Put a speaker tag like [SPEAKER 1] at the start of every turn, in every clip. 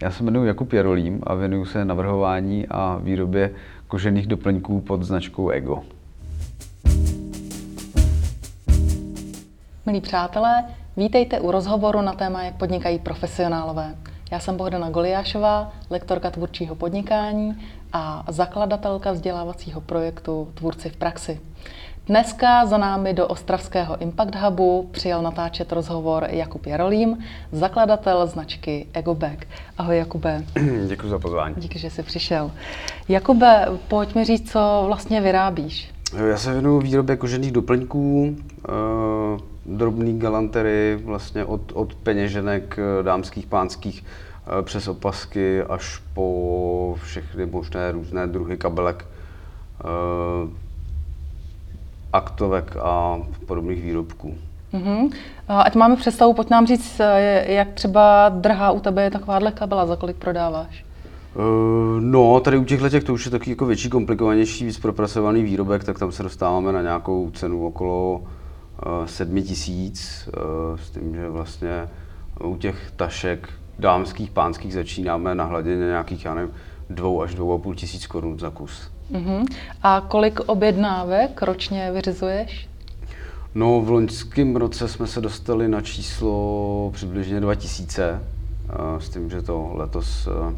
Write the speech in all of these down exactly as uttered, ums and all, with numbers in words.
[SPEAKER 1] Já se jmenuji Jakub Jarolím a věnuju se navrhování a výrobě kožených doplňků pod značkou Ego.
[SPEAKER 2] Milí přátelé, vítejte u rozhovoru na téma Jak podnikají profesionálové. Já jsem Bohdana Goliášová, lektorka tvůrčího podnikání a zakladatelka vzdělávacího projektu Tvůrci v praxi. Dneska za námi do ostravského Impact Hubu přijel natáčet rozhovor Jakub Jarolím, zakladatel značky EgoBag. Ahoj Jakube.
[SPEAKER 1] Děkuji za pozvání.
[SPEAKER 2] Díky, že jsi přišel. Jakube, pojď mi říct, co vlastně vyrábíš.
[SPEAKER 1] Já se věnuju výrobě kožených doplňků, drobný galantery, vlastně od, od peněženek dámských, pánských, přes opasky až po všechny možné různé druhy kabelek, aktovek a podobných výrobků.
[SPEAKER 2] Uh-huh. Ať máme představu, pojď nám říct, jak třeba drahá u tebe je takováhle kabela, za kolik prodáváš?
[SPEAKER 1] No, tady u těchto těch to už je taky jako větší, komplikovanější, víc propracovaný výrobek, tak tam se dostáváme na nějakou cenu okolo uh, sedmi tisíc, uh, s tím, že vlastně u těch tašek dámských, pánských začínáme na hladině nějakých, já nevím, dvou až dvou a půl tisíc korun za kus.
[SPEAKER 2] Uh-huh. A kolik objednávek ročně vyřizuješ?
[SPEAKER 1] No, v loňském roce jsme se dostali na číslo přibližně dva tisíce, uh, s tím, že to letos uh,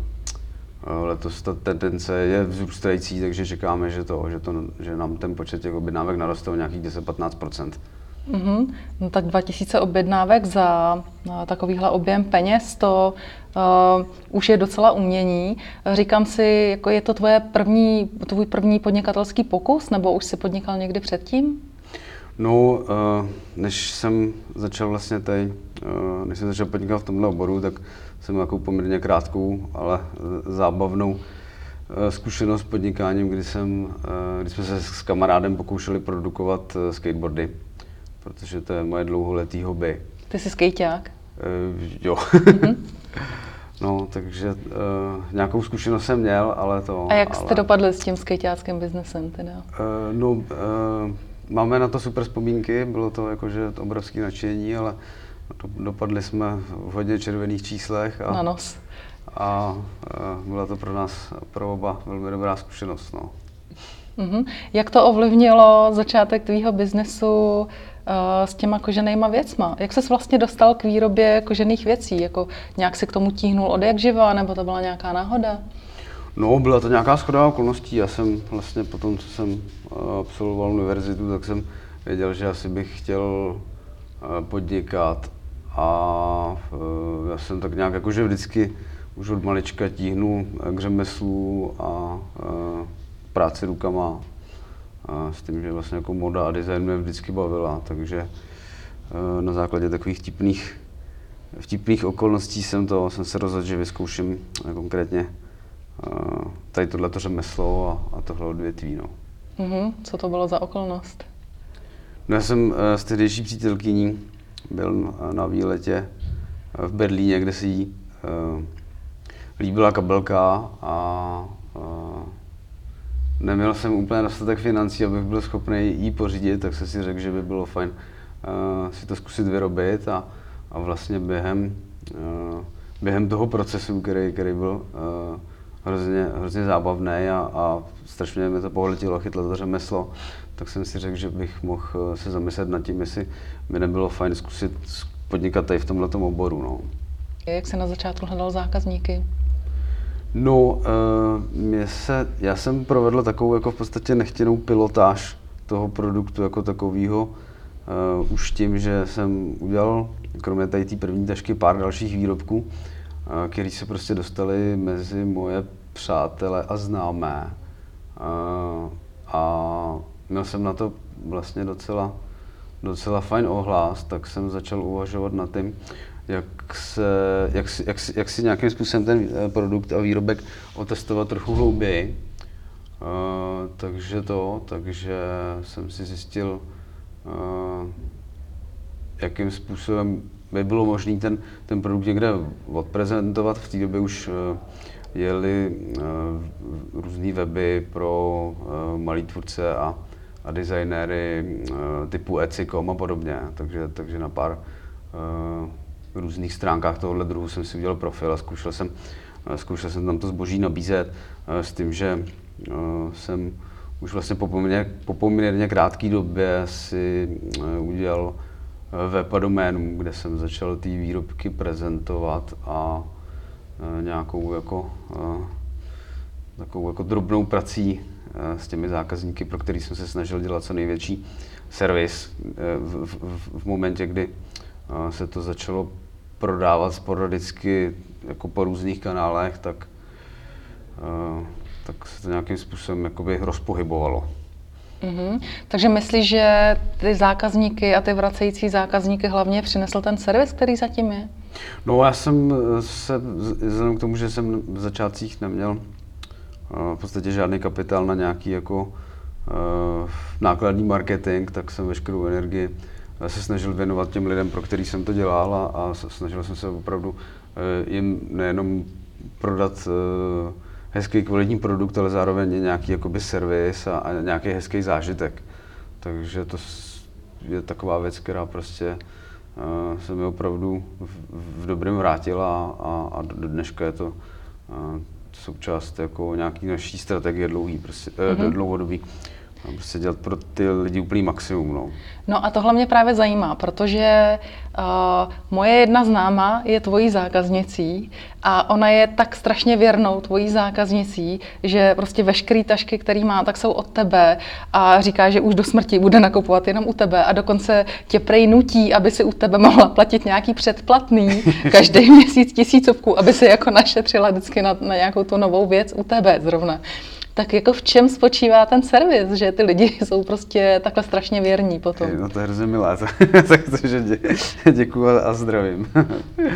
[SPEAKER 1] Letos ta tendence je vzrůstající, takže čekáme, že, to, že, to, že nám ten počet těch objednávek naroste o nějakých deset až patnáct procent.
[SPEAKER 2] Mm-hmm. No tak dva tisíce objednávek za uh, takovýhle objem peněz, to uh, už je docela umění. Říkám si, jako je to tvoje první, tvůj první podnikatelský pokus, nebo už jsi podnikal někdy předtím?
[SPEAKER 1] No, uh, než jsem začal vlastně tady, uh, než jsem začal podnikat v tomhle oboru, tak jsem nějakou poměrně krátkou, ale zábavnou uh, zkušenost s podnikáním, kdy, jsem, uh, kdy jsme se s kamarádem pokoušeli produkovat uh, skateboardy, protože to je moje dlouholetý hobby.
[SPEAKER 2] Ty jsi skejťák?
[SPEAKER 1] Uh, jo. Mm-hmm. No, takže uh, nějakou zkušenost jsem měl, ale to...
[SPEAKER 2] A jak
[SPEAKER 1] ale...
[SPEAKER 2] jste dopadli s tím skejťáckým biznesem teda?
[SPEAKER 1] Uh, no, uh, máme na to super vzpomínky, bylo to jakože obrovské nadšení, ale dopadli jsme v hodně červených číslech a,
[SPEAKER 2] na nos.
[SPEAKER 1] a, a byla to pro nás, pro oba velmi dobrá zkušenost. No.
[SPEAKER 2] Uh-huh. Jak to ovlivnilo začátek tvýho biznesu uh, s těma koženýma věcma? Jak ses vlastně dostal k výrobě kožených věcí? Jako nějak si k tomu tíhnul od jak živa, nebo to byla nějaká náhoda?
[SPEAKER 1] No, byla to nějaká shoda okolností. Já jsem vlastně po tom, co jsem absolvoval univerzitu, tak jsem věděl, že asi bych chtěl podnikat. A já jsem tak nějak jakože vždycky už od malička tíhnu k řemeslu a práci rukama. A s tím, že vlastně jako moda a design mě vždycky bavila, takže na základě takových vtipných, vtipných okolností jsem, to, jsem se rozhodl, že vyzkouším konkrétně tady tohleto řemeslo a, a tohle odvětví. No.
[SPEAKER 2] Mm-hmm. Co to bylo za okolnost?
[SPEAKER 1] No, já jsem s tehdejší přítelkyní byl na výletě v Berlíně, kde si jí uh, líbila kabelka a uh, neměl jsem úplně dostatek financí, abych byl schopný jí pořídit, tak jsem si řekl, že by bylo fajn uh, si to zkusit vyrobit a, a vlastně během, uh, během toho procesu, který, který byl uh, hrozně, hrozně zábavný a, a strašně mě to pohltilo, chytlo to řemeslo, tak jsem si řekl, že bych mohl se zamyslet nad tím, jestli by nebylo fajn zkusit podnikat tady v tomhletom oboru. No.
[SPEAKER 2] Jak jsi na začátku hledal zákazníky?
[SPEAKER 1] No, uh, mě se, já jsem provedl takovou jako v podstatě nechtěnou pilotáž toho produktu jako takového. Uh, už tím, že jsem udělal, kromě tady té první tašky, pár dalších výrobků, uh, které se prostě dostaly mezi moje přátele a známé. Uh, a měl jsem na to vlastně docela, docela fajn ohlas, tak jsem začal uvažovat nad tím, jak, se, jak, si, jak, si, jak si nějakým způsobem ten produkt a výrobek otestovat trochu hlouběji. Uh, takže to, takže jsem si zjistil, uh, jakým způsobem by bylo možné ten, ten produkt někde odprezentovat. V té době už uh, jeli uh, různé weby pro uh, malý tvůrce a, a designéry uh, typu etsy tečka com a podobně. Takže, takže na pár uh, různých stránkách tohohle druhu jsem si udělal profil a zkoušel jsem zkoušel jsem tam to zboží nabízet s tím, že jsem už vlastně po poměrně, po poměrně krátké době si udělal web a doménu, kde jsem začal ty výrobky prezentovat a nějakou jako, takovou jako drobnou prací s těmi zákazníky, pro který jsem se snažil dělat co největší servis. V, v, v momentě, kdy se to začalo prodávat sporadicky jako po různých kanálech, tak, tak se to nějakým způsobem jakoby rozpohybovalo.
[SPEAKER 2] Mm-hmm. Takže myslíš, že ty zákazníky a ty vracející zákazníky hlavně přinesl ten servis, který zatím je?
[SPEAKER 1] No já jsem se, vzhledem k tomu, že jsem v začátcích neměl v podstatě žádný kapitál na nějaký jako uh, nákladní marketing, tak jsem veškerou energii se snažil věnovat těm lidem, pro který jsem to dělal a, a snažil jsem se opravdu uh, jim nejenom prodat uh, hezký kvalitní produkt, ale zároveň nějaký jakoby servis a, a nějaký hezký zážitek. Takže to je taková věc, která prostě uh, se mi opravdu v, v dobrém vrátila a, a do dneška je to uh, součást jako nějaký naší strategie dlouhý, prostě, mm-hmm. dlouhodobý. Prostě dělat pro ty lidi úplný maximum. No,
[SPEAKER 2] no a tohle mě právě zajímá, protože uh, moje jedna známá je tvojí zákaznicí a ona je tak strašně věrnou tvojí zákaznicí, že prostě veškerý tašky, který má, tak jsou od tebe a říká, že už do smrti bude nakupovat jenom u tebe a dokonce tě prej nutí, aby si u tebe mohla platit nějaký předplatný každý měsíc tisícovku, aby si jako našetřila vždycky na, na nějakou tu novou věc u tebe zrovna. Tak jako v čem spočívá ten servis, že ty lidi jsou prostě takhle strašně věrní potom?
[SPEAKER 1] No to je hrozně milé, tak takže dě, děkuju a zdravím. uh,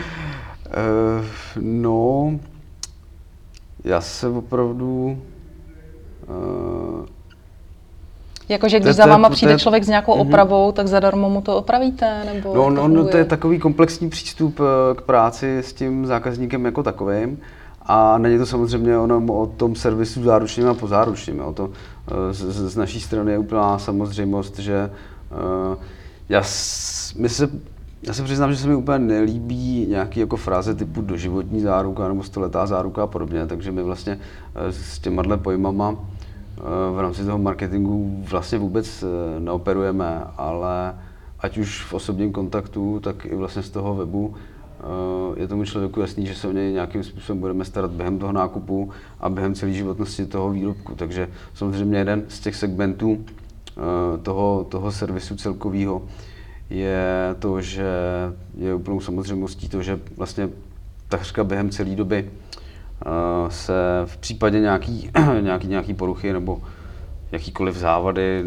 [SPEAKER 1] no, já se opravdu... Uh,
[SPEAKER 2] Jakože když
[SPEAKER 1] to,
[SPEAKER 2] za váma
[SPEAKER 1] to,
[SPEAKER 2] přijde
[SPEAKER 1] to,
[SPEAKER 2] člověk s nějakou uh-huh. opravou, tak zadarmo mu to opravíte? Nebo
[SPEAKER 1] no, no, no, to je takový komplexní přístup k práci s tím zákazníkem jako takovým. A není to samozřejmě jenom o tom servisu záručním a pozáručním. O to z, z naší strany je úplná samozřejmost, že uh, já, my se, já se přiznám, že se mi úplně nelíbí nějaké jako fráze typu doživotní záruka nebo stoletá záruka a podobně, takže my vlastně uh, s těmahle pojmama uh, v rámci toho marketingu vlastně vůbec uh, neoperujeme, ale ať už v osobním kontaktu, tak i vlastně z toho webu je tomu člověku jasný, že se o něj nějakým způsobem budeme starat během toho nákupu a během celé životnosti toho výrobku. Takže samozřejmě jeden z těch segmentů toho, toho servisu celkového je to, že je úplnou samozřejmostí to, že vlastně takřka během celé doby se v případě nějaký, nějaký, nějaký poruchy nebo jakýkoliv závady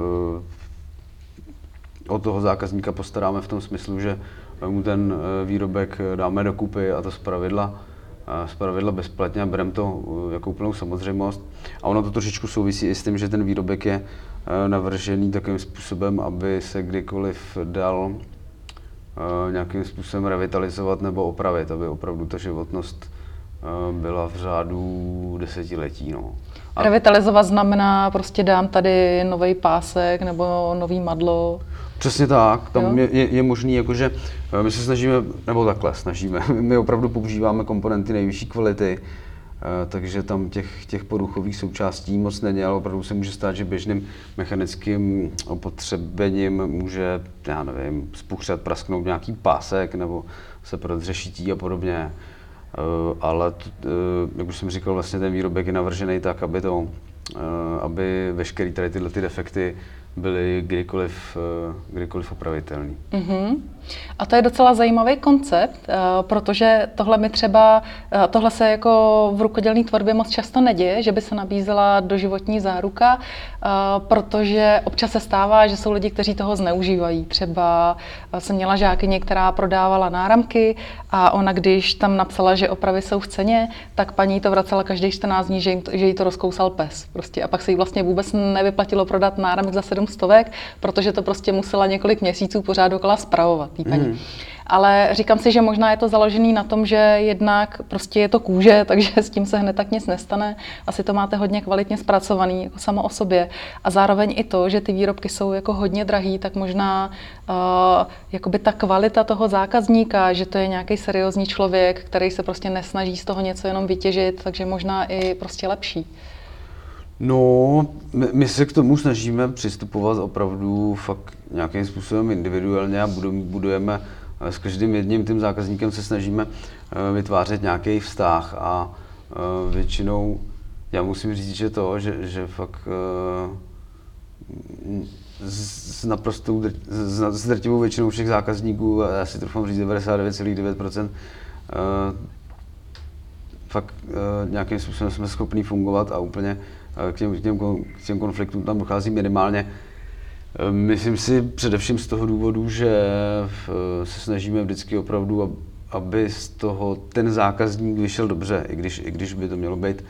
[SPEAKER 1] o toho zákazníka postaráme v tom smyslu, že mu ten výrobek dáme dokupy a to zpravidla, zpravidla bezplatně a bereme to jako úplnou samozřejmost. A ono to trošičku souvisí i s tím, že ten výrobek je navržený takovým způsobem, aby se kdykoliv dal nějakým způsobem revitalizovat nebo opravit, aby opravdu ta životnost byla v řádu desetiletí. No.
[SPEAKER 2] A revitalizovat znamená prostě dám tady nový pásek nebo nový madlo?
[SPEAKER 1] Přesně tak, tam je, je, je možný, jakože my se snažíme, nebo takhle snažíme, my opravdu používáme komponenty nejvyšší kvality, takže tam těch, těch poruchových součástí moc není, ale opravdu se může stát, že běžným mechanickým opotřebením může, já nevím, spuchřet, prasknout nějaký pásek nebo se prodře šití a podobně. Ale, jak už jsem říkal, vlastně ten výrobek je navržený tak, aby, to, aby veškeré tady tyhle ty defekty byly kdykoliv, kdykoliv opravitelný.
[SPEAKER 2] Mm-hmm. A to je docela zajímavý koncept, protože tohle mi třeba, tohle se jako v rukodělné tvorbě moc často neděje, že by se nabízela doživotní záruka, protože občas se stává, že jsou lidi, kteří toho zneužívají. Třeba jsem měla žákyni, která prodávala náramky a ona, když tam napsala, že opravy jsou v ceně, tak paní to vracela každých čtrnáct dní, že jí to rozkousal pes. Prostě. A pak se jí vlastně vůbec nevyplatilo prodat náramek za sedm sedm stovek, protože to prostě musela několik měsíců pořád dokola spravovat, tý paní. Mm. Ale říkám si, že možná je to založený na tom, že jednak prostě je to kůže, takže s tím se hned tak nic nestane. Asi to máte hodně kvalitně zpracovaný jako samo o sobě. A zároveň i to, že ty výrobky jsou jako hodně drahý, tak možná uh, jakoby ta kvalita toho zákazníka, že to je nějaký seriózní člověk, který se prostě nesnaží z toho něco jenom vytěžit, takže možná i prostě lepší.
[SPEAKER 1] No, my, my se k tomu snažíme přistupovat opravdu fakt nějakým způsobem individuálně a budujeme s každým jedním tím zákazníkem se snažíme vytvářet nějaký vztah a většinou já musím říct, že to, že, že fakt s naprostou s drtivou většinou všech zákazníků, já si troufám říct devadesát devět celá devět procent, fakt nějakým způsobem jsme schopni fungovat a úplně k těm, k těm, k těm konfliktům tam dochází minimálně. Myslím si především z toho důvodu, že se snažíme vždycky opravdu, aby z toho ten zákazník vyšel dobře, i když, i když by to mělo být,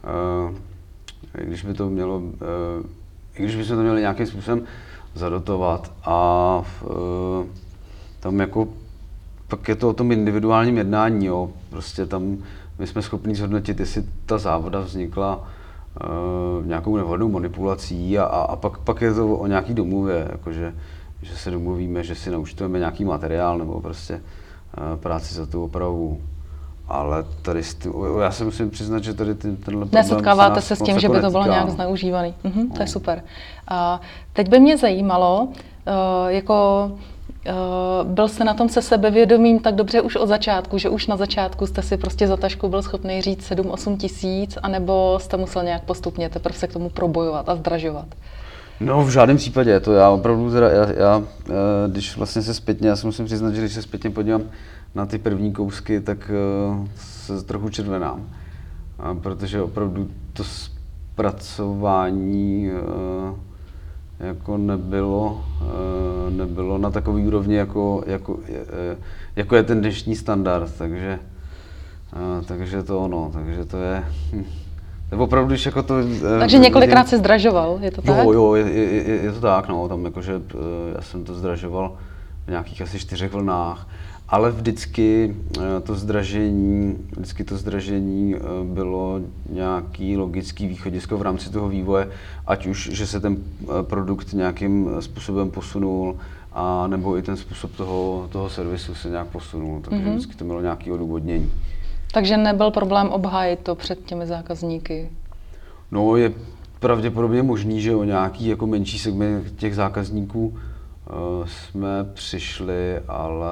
[SPEAKER 1] i když by to mělo, i když bychom to měli nějakým způsobem zadotovat. A tam jako pak je to o tom individuálním jednání, jo. Prostě tam my jsme schopni zhodnotit, jestli ta závoda vznikla Uh, nějakou nevhodnou manipulací a, a, a pak, pak je to o nějaký domluvě, jakože, že se domluvíme, že si naučtujeme nějaký materiál nebo prostě uh, práci za tu opravu. Ale tady, tím, já se musím přiznat, že tady ten, tenhle problém
[SPEAKER 2] nesetkáváte se s tím, že by to bylo nějak zneužívaný. Mhm, to no. je super. A teď by mě zajímalo, uh, jako Uh, byl jste na tom se sebevědomím tak dobře už od začátku, že už na začátku jste si prostě za tašku byl schopný říct sedm osm tisíc, anebo jste musel nějak postupně teprve se k tomu probojovat a zdražovat?
[SPEAKER 1] No v žádném případě, to já opravdu teda, já, já když vlastně se zpětně, já si musím přiznat, že když se zpětně podívám na ty první kousky, tak uh, se trochu červenám, uh, protože opravdu to zpracování uh, jako nebylo, nebylo na takový úrovni, jako, jako, jako je ten dnešní standard, takže, takže to ono, takže to je, to je opravdu, když jako to...
[SPEAKER 2] Takže několikrát se zdražoval, je to tak?
[SPEAKER 1] Jo, jo, je, je, je to tak, no, tam jakože já jsem to zdražoval v nějakých asi čtyřech vlnách, ale vždycky to zdražení, vždycky to zdražení bylo nějaký logický východisko v rámci toho vývoje, ať už, že se ten produkt nějakým způsobem posunul, a nebo i ten způsob toho, toho servisu se nějak posunul, takže mm-hmm. vždycky to mělo nějaké odůvodnění.
[SPEAKER 2] Takže nebyl problém obhájit to před těmi zákazníky?
[SPEAKER 1] No, je pravděpodobně možný, že o nějaký jako menší segment těch zákazníků jsme přišli, ale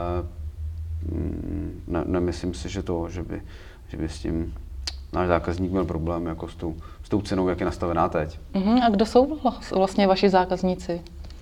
[SPEAKER 1] ne, nemyslím si, že to, že by, že by s tím náš zákazník měl problém jako s tou, s tou cenou, jak je nastavená teď.
[SPEAKER 2] Uh-huh. A kdo jsou vlastně vaši zákazníci?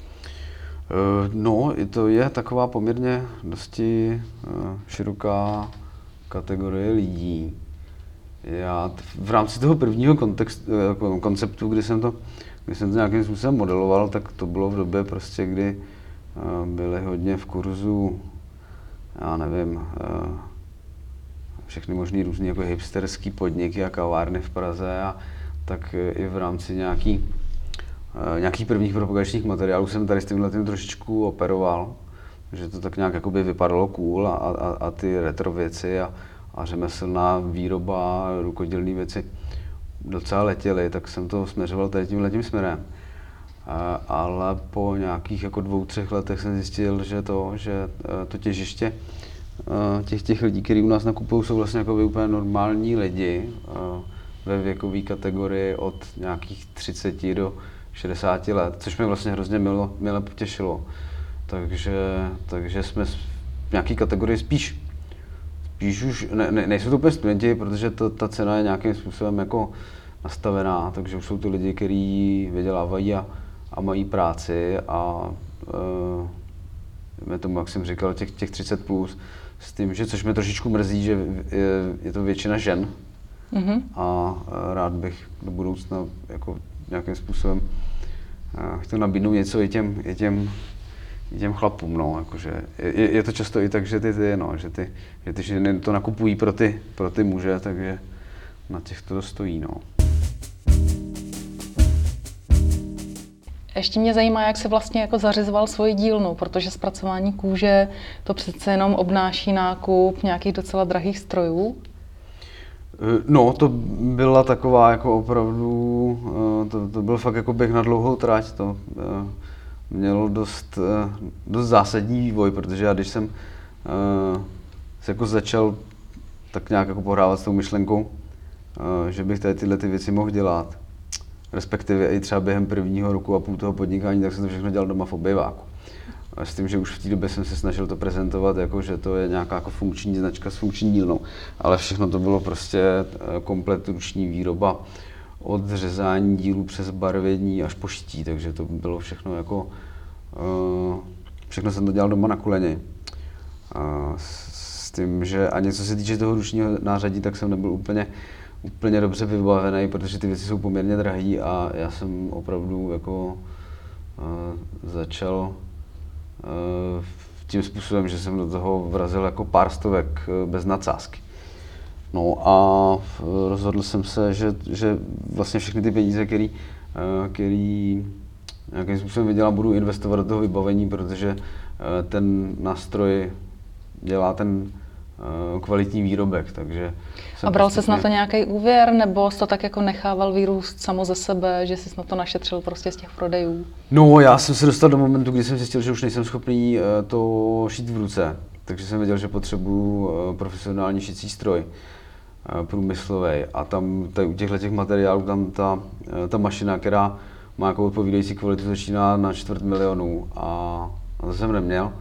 [SPEAKER 1] No, to je taková poměrně dosti široká kategorie lidí. Já v rámci toho prvního kontextu, konceptu, kdy jsem to Když jsem to nějakým způsobem modeloval, tak to bylo v době prostě, kdy uh, byly hodně v kurzu, já nevím, uh, všechny možný různý jako hipsterský podniky a kavárny v Praze a tak i v rámci nějaký, uh, nějakých prvních propagačních materiálů jsem tady s tímhle tím trošičku operoval, že to tak nějak jakoby vypadalo cool a, a, a ty retro věci a, a řemeslná výroba, rukodělné věci docela letěly, tak jsem to směřoval tady tímhletím směrem. A, ale po nějakých jako dvou, třech letech jsem zjistil, že to, že to těžiště těch, těch lidí, kteří u nás nakupují, jsou vlastně jako úplně normální lidi ve věkové kategorii od nějakých třiceti do šedesáti let, což mě vlastně hrozně milo, mile potěšilo. Takže, takže jsme v nějaké kategorii spíš Spíš už ne, ne, nejsou to úplně studenti, protože to, ta cena je nějakým způsobem jako nastavená, takže už jsou to lidi, kteří vydělávají a, a mají práci a e, tomu, jak jsem říkal, těch, těch třicet plus, s tím, že což mě trošičku mrzí, že je, je to většina žen mm-hmm. a rád bych do budoucna jako nějakým způsobem chtěl nabídnout něco i těm, i těm těm chlapům, no, jakože je, je to často i tak, že ty, ty, no, že ty, že ty ženy to nakupují pro ty, pro ty muže, takže na těch to stojí, no.
[SPEAKER 2] ještě mě zajímá, jak se vlastně jako zařizoval svoji dílnu, protože zpracování kůže to přece jenom obnáší nákup nějakých docela drahých strojů.
[SPEAKER 1] No, to byla taková jako opravdu, to, to byl fakt jako běh na dlouhou trať, to mělo dost, dost zásadní vývoj, protože já když jsem se jako začal tak nějak jako pohrávat s tou myšlenkou, že bych tady tyhle ty věci mohl dělat, respektive i třeba během prvního roku a půl toho podnikání, tak jsem to všechno dělal doma v obýváku. S tím, že už v té době jsem se snažil to prezentovat jako, že to je nějaká jako funkční značka s funkční dílnou, ale všechno to bylo prostě komplet ruční výroba, od řezání dílů přes barvění až po šití, takže to bylo všechno jako, všechno jsem to dělal doma na koleni. S tím, že ani co se týče toho ručního nářadí, tak jsem nebyl úplně, úplně dobře vybavený, protože ty věci jsou poměrně drahé a já jsem opravdu jako začal tím způsobem, že jsem do toho vrazil jako pár stovek bez nadsázky. No a rozhodl jsem se, že, že vlastně všechny ty peníze, který, který nějakým způsobem vydělám, budu investovat do toho vybavení, protože ten nástroj dělá ten kvalitní výrobek, takže...
[SPEAKER 2] A bral jsi na to nějaký úvěr, nebo jsi to tak jako nechával vyrůst samo ze sebe, že jsi na to našetřil prostě z těch prodejů?
[SPEAKER 1] No, já jsem se dostal do momentu, kdy jsem zjistil, že už nejsem schopný to šít v ruce, takže jsem věděl, že potřebuju profesionální šicí stroj, průmyslový, a tam tady u těchto těch materiálů, tam ta, ta mašina, která má jako odpovídající kvalitu, začíná na čtvrt milionu a to jsem neměl.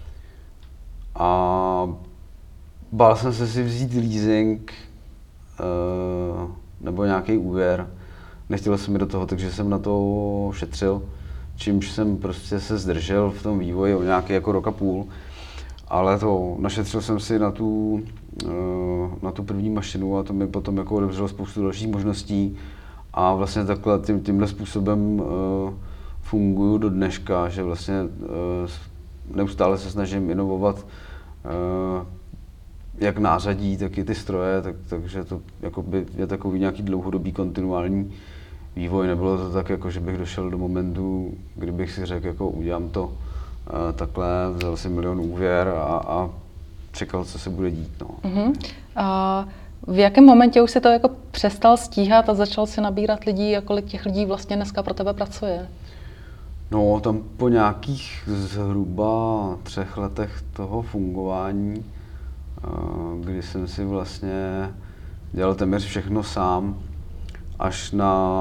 [SPEAKER 1] A bál jsem se si vzít leasing uh, nebo nějaký úvěr. Nechtěl jsem mi do toho, takže jsem na to šetřil, čímž jsem prostě se zdržel v tom vývoji o nějaký jako rok a půl. Ale to našetřil jsem si na tu, uh, na tu první mašinu a to mi potom jako otevřelo spoustu dalších možností. A vlastně takhle tím, tímhle způsobem uh, funguju do dneška, že vlastně uh, neustále se snažím inovovat uh, jak nářadí, tak i ty stroje, tak, takže to jakoby je takový nějaký dlouhodobý kontinuální vývoj. Nebylo to tak, jako, že bych došel do momentu, kdybych si řekl, jako udělám to uh, takhle, vzal si milion úvěr a, a čekal, co se bude dít. No.
[SPEAKER 2] Uh-huh. A v jakém momentě už se to jako přestal stíhat a začal si nabírat lidí a kolik těch lidí vlastně dneska pro tebe pracuje?
[SPEAKER 1] No, tam po nějakých zhruba třech letech toho fungování, kdy jsem si vlastně dělal téměř všechno sám, až na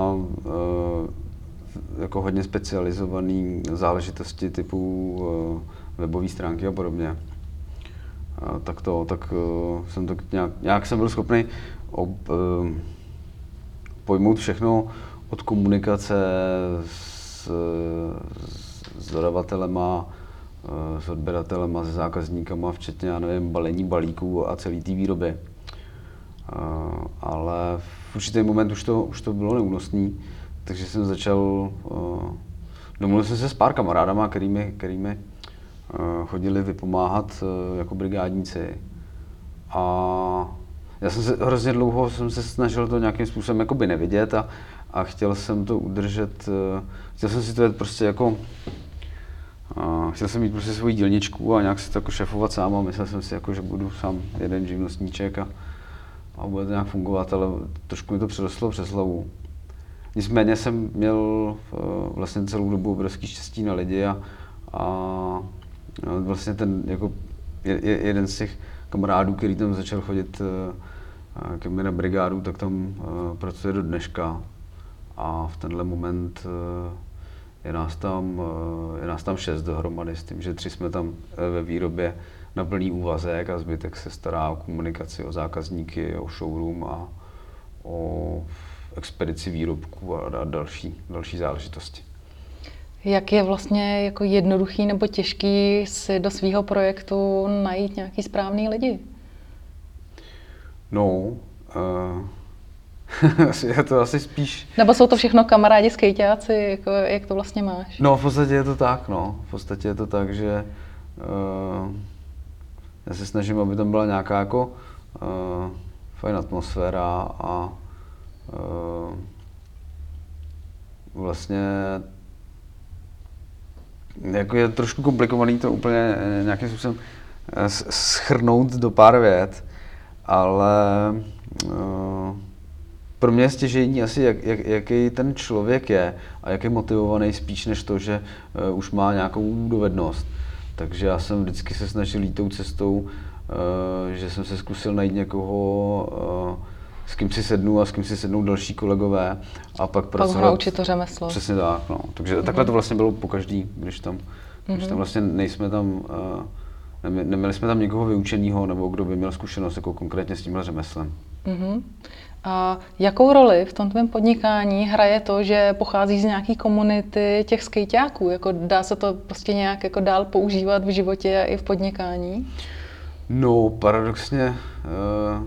[SPEAKER 1] jako hodně specializované záležitosti typu webové stránky a podobně. Tak to, tak jsem to nějak, nějak jsem byl schopný ob, pojmout všechno od komunikace s, s dodavatelema, s odběratelema, se zákazníkama, včetně, já nevím, balení balíků a celý té výroby. Ale v určitý moment už to, už to bylo neúnosný, takže jsem začal, domluvil jsem se s pár kamarádama, kterými, kterými chodili vypomáhat jako brigádníci. A já jsem se hrozně dlouho jsem se snažil to nějakým způsobem jakoby nevidět a, a chtěl jsem to udržet, chtěl jsem si to prostě jako, chtěl jsem mít prostě svoji dílničku a nějak si to jako šefovat sám a myslel jsem si jako, že budu sám jeden živnostníček a, a bude to nějak fungovat, ale trošku mi to přerostlo přes hlavu. Nicméně jsem měl vlastně celou dobu obrovský štěstí na lidi a, a vlastně ten jako jeden z těch kamarádů, který tam začal chodit ke mně na brigádu, tak tam pracuje do dneška. A v tenhle moment je nás tam, je nás tam šest dohromady s tím, že tři jsme tam ve výrobě na plný úvazek a zbytek se stará o komunikaci, o zákazníky, o showroom a o expedici výrobků a další, další záležitosti.
[SPEAKER 2] Jak je vlastně jako jednoduchý nebo těžký si do svého projektu najít nějaký správný lidi?
[SPEAKER 1] No, uh, je to asi spíš...
[SPEAKER 2] Nebo jsou to všechno kamarádi, skejťáci, jako, jak to vlastně máš?
[SPEAKER 1] No, v podstatě je to tak, no. V podstatě je to tak, že uh, já se snažím, aby tam byla nějaká jako uh, fajn atmosféra a uh, vlastně jako je trošku komplikovaný to úplně nějakým způsobem shrnout do pár vět, ale uh, pro mě je stěžejní asi, jak, jak, jaký ten člověk je a jak je motivovaný spíš než to, že uh, už má nějakou dovednost. Takže já jsem vždycky se snažil jít tou cestou, uh, že jsem se zkusil najít někoho, uh, s kým si sednu a s kým si sednou další kolegové a pak pracovat.
[SPEAKER 2] Pak ho naučit to řemeslo.
[SPEAKER 1] Přesně tak, no. Takže mm-hmm. takhle to vlastně bylo po každý, když tam, mm-hmm. když tam vlastně nejsme tam, uh, neměli jsme tam někoho vyučenýho, nebo kdo by měl zkušenost jako konkrétně s tímhle řemeslem.
[SPEAKER 2] Mm-hmm. A jakou roli v tom tvém podnikání hraje to, že pochází z nějaké komunity těch skejťáků? Jako dá se to prostě nějak jako dál používat v životě i v podnikání?
[SPEAKER 1] No, paradoxně, uh,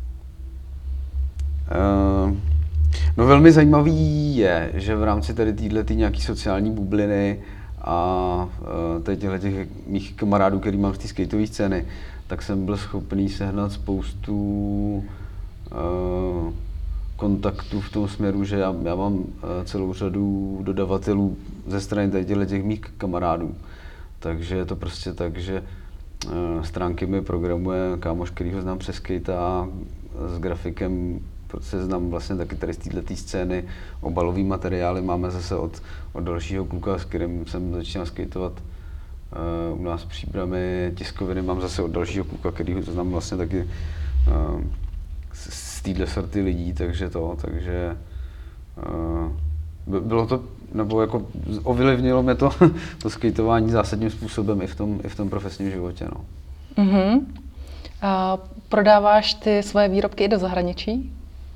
[SPEAKER 1] uh, no velmi zajímavý je, že v rámci tady této nějaký sociální bubliny a uh, tady těchto těch mých kamarádů, který mám z té skateové scény, tak jsem byl schopný sehnat spoustu Uh, kontaktů v tom směru, že já, já mám uh, celou řadu dodavatelů ze strany tady těch mých kamarádů. Takže je to prostě tak, že uh, stránky mi programuje kámoš, který ho znám přes skate a s grafikem protože znám vlastně taky tady z této scény. Obalový materiály máme zase od, od dalšího kluka, s kterým jsem začínal skateovat uh, u nás v Příbrami. Tiskoviny mám zase od dalšího kluka, který ho znám vlastně taky uh, z téhle sorty lidí, takže to, takže uh, bylo to, nebo jako ovlivnilo mě to, to skateování zásadním způsobem i v tom, i v tom profesním životě, no.
[SPEAKER 2] Uh-huh. A prodáváš ty svoje výrobky i do zahraničí?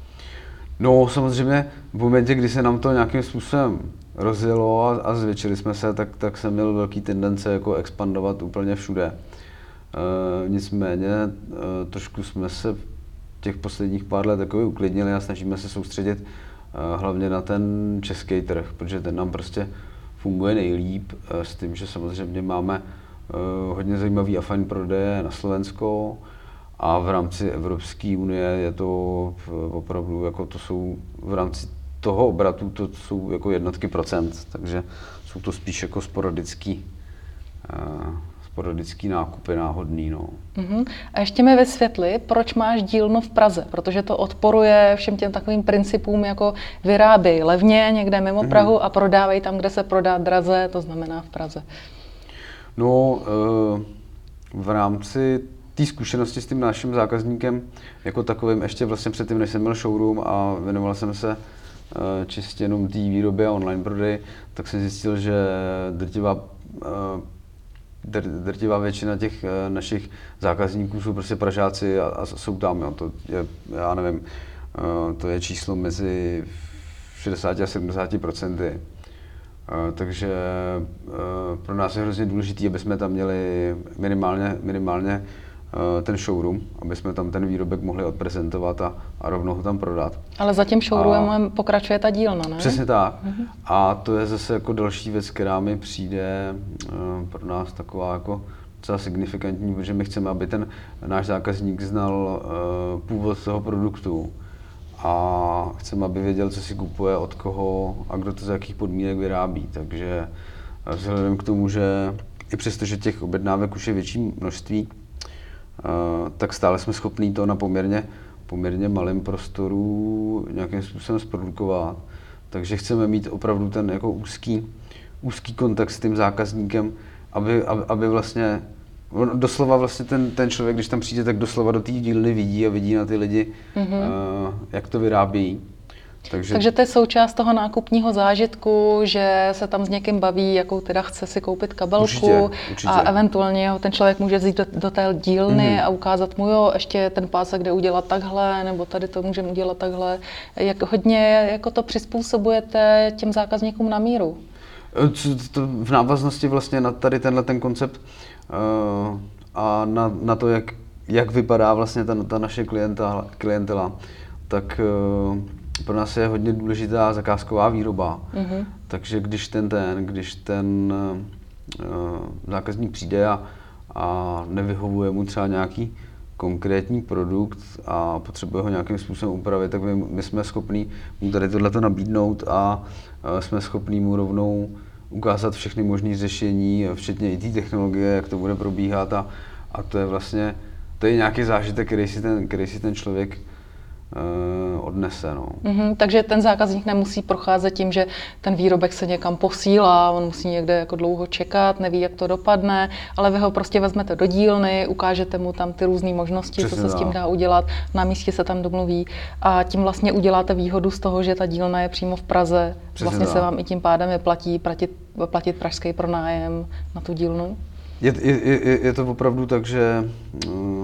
[SPEAKER 1] No samozřejmě v momentě, kdy se nám to nějakým způsobem rozjelo a, a zvětšili jsme se, tak, tak jsem měl velký tendence jako expandovat úplně všude. Uh, nicméně uh, trošku jsme se těch posledních pár let takový uklidnili a snažíme se soustředit uh, hlavně na ten český trh, protože ten nám prostě funguje nejlíp uh, s tím, že samozřejmě máme uh, hodně zajímavý a fajn prodeje na Slovensko a v rámci Evropské unie je to uh, opravdu, jako to jsou v rámci toho obratu, to jsou jako jednotky procent, takže jsou to spíš jako sporadický uh, sporadický nákupy náhodný, no.
[SPEAKER 2] Uh-huh. A ještě mi vysvětli, proč máš dílnu v Praze, protože to odporuje všem těm takovým principům, jako vyráběj levně někde mimo uh-huh. Prahu a prodávej tam, kde se prodá draze, to znamená v Praze.
[SPEAKER 1] No, v rámci té zkušenosti s tím naším zákazníkem jako takovým, ještě vlastně předtím, než jsem měl showroom a věnoval jsem se čistě jenom té výrobě a online prodeji, tak jsem zjistil, že drtivá drtivá většina těch našich zákazníků jsou prostě Pražáci a, a jsou tam, jo. To je, já nevím, to je číslo mezi šedesát a sedmdesát procenty. Takže pro nás je hrozně důležité, aby jsme tam měli minimálně, minimálně ten showroom, aby jsme tam ten výrobek mohli odprezentovat a, a rovnou ho tam prodat.
[SPEAKER 2] Ale za tím showroomem a pokračuje ta dílna, ne?
[SPEAKER 1] Přesně tak. Uh-huh. A to je zase jako další věc, která mi přijde uh, pro nás taková jako docela signifikantní, protože my chceme, aby ten náš zákazník znal uh, původ toho produktu a chceme, aby věděl, co si kupuje, od koho a kdo to za jakých podmínek vyrábí. Takže vzhledem k tomu, že i přesto, že těch objednávek už je větší množství, Uh, tak stále jsme schopní to na poměrně, poměrně malém prostoru nějakým způsobem zprodukovat. Takže chceme mít opravdu ten jako úzký, úzký kontakt s tím zákazníkem, aby, aby, aby vlastně, doslova vlastně ten, ten člověk, když tam přijde, tak doslova do té dílny vidí a vidí na ty lidi, mm-hmm. uh, jak to vyrábí. Takže... Takže
[SPEAKER 2] to je součást toho nákupního zážitku, že se tam s někým baví, jakou teda chce si koupit kabelku
[SPEAKER 1] určitě, určitě.
[SPEAKER 2] A eventuálně ho ten člověk může vzít do, do té dílny mm-hmm. a ukázat mu, jo, ještě ten pásek jde udělat takhle, nebo tady to můžeme udělat takhle. Jak hodně jako to přizpůsobujete těm zákazníkům na míru?
[SPEAKER 1] V návaznosti vlastně na tady tenhle ten koncept uh, a na, na to, jak, jak vypadá vlastně ta, ta naše klientela, klientela tak uh, pro nás je hodně důležitá zakázková výroba, mm-hmm. takže když ten, ten, když ten uh, zákazník přijde a, a nevyhovuje mu třeba nějaký konkrétní produkt a potřebuje ho nějakým způsobem upravit, tak my, my jsme schopní mu tady tohleto nabídnout a uh, jsme schopní mu rovnou ukázat všechny možné řešení, včetně i té technologie, jak to bude probíhat a, a to je vlastně, to je nějaký zážitek, který si ten, který si ten člověk uh, odnese. No.
[SPEAKER 2] Mm-hmm, takže ten zákazník nemusí procházet tím, že ten výrobek se někam posílá, on musí někde jako dlouho čekat, neví, jak to dopadne, ale vy ho prostě vezmete do dílny, ukážete mu tam ty různé možnosti, Přesně co se dá. s tím dá udělat, na místě se tam domluví a tím vlastně uděláte výhodu z toho, že ta dílna je přímo v Praze. Přesně vlastně dá. Se vám i tím pádem vyplatí platit, platit pražský pronájem na tu dílnu.
[SPEAKER 1] Je, je, je, je to opravdu tak, že uh,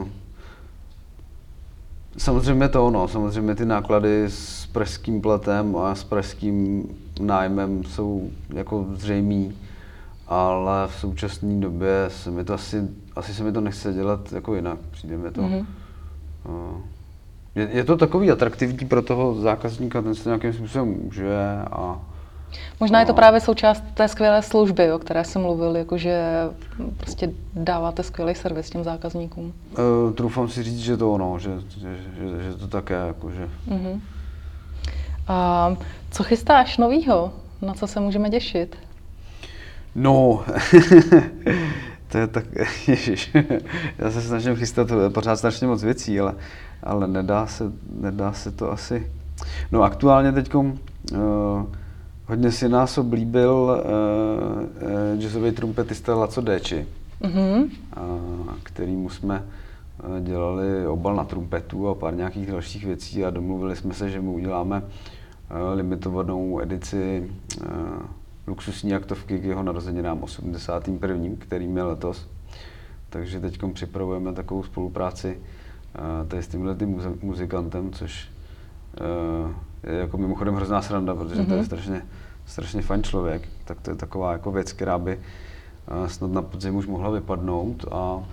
[SPEAKER 1] samozřejmě to ono, samozřejmě ty náklady s pražským platem a s pražským nájmem jsou jako zřejmý, ale v současné době se mi to asi, asi se mi to nechce dělat jako jinak, přijde mi to. Mm-hmm. Uh, je, je to takový atraktivní pro toho zákazníka, ten se nějakým způsobem může a
[SPEAKER 2] možná je to právě součást té skvělé služby, o které jsem mluvil, jakože prostě dáváte skvělý servis těm zákazníkům.
[SPEAKER 1] Uh, troufám si říct, že to ono, že, že, že, že to tak je. Jakože. Uh-huh.
[SPEAKER 2] A co chystáš novýho? Na co se můžeme těšit?
[SPEAKER 1] No, to je tak, ježiš, já se snažím chystat pořád strašně moc věcí, ale, ale nedá, se, nedá se to asi. No aktuálně teďkom uh, hodně si nás oblíbil uh, uh, jazzový trumpetista Laco Déči, mm-hmm. uh, kterýmu jsme uh, dělali obal na trumpetu a pár nějakých dalších věcí a domluvili jsme se, že mu uděláme uh, limitovanou edici uh, luxusní aktovky k jeho narozeninám osmdesátým prvním, kterým je letos. Takže teď připravujeme takovou spolupráci uh, tady s tímhle tím muzikantem, což uh, je jako mimochodem hrozná sranda, protože mm-hmm. to je strašně, strašně fajn člověk. Tak to je taková jako věc, která by uh, snad na podzim už mohla vypadnout a uh,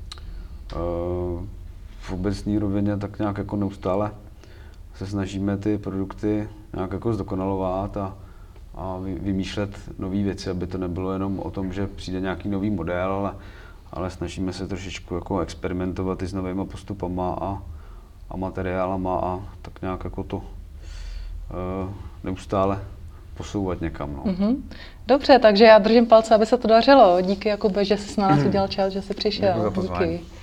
[SPEAKER 1] v obecné rovině tak nějak jako neustále se snažíme ty produkty nějak jako zdokonalovat a, a vy, vymýšlet nové věci, aby to nebylo jenom o tom, že přijde nějaký nový model, ale, ale snažíme se trošičku jako experimentovat i s novýma postupama a, a materiálama a tak nějak jako to uh, neustále posouvat někam. No.
[SPEAKER 2] Mm-hmm. Dobře, takže já držím palce, aby se to dařilo. Díky, Jakube, že jsi na nás udělal čas, že jsi přišel.
[SPEAKER 1] Díky.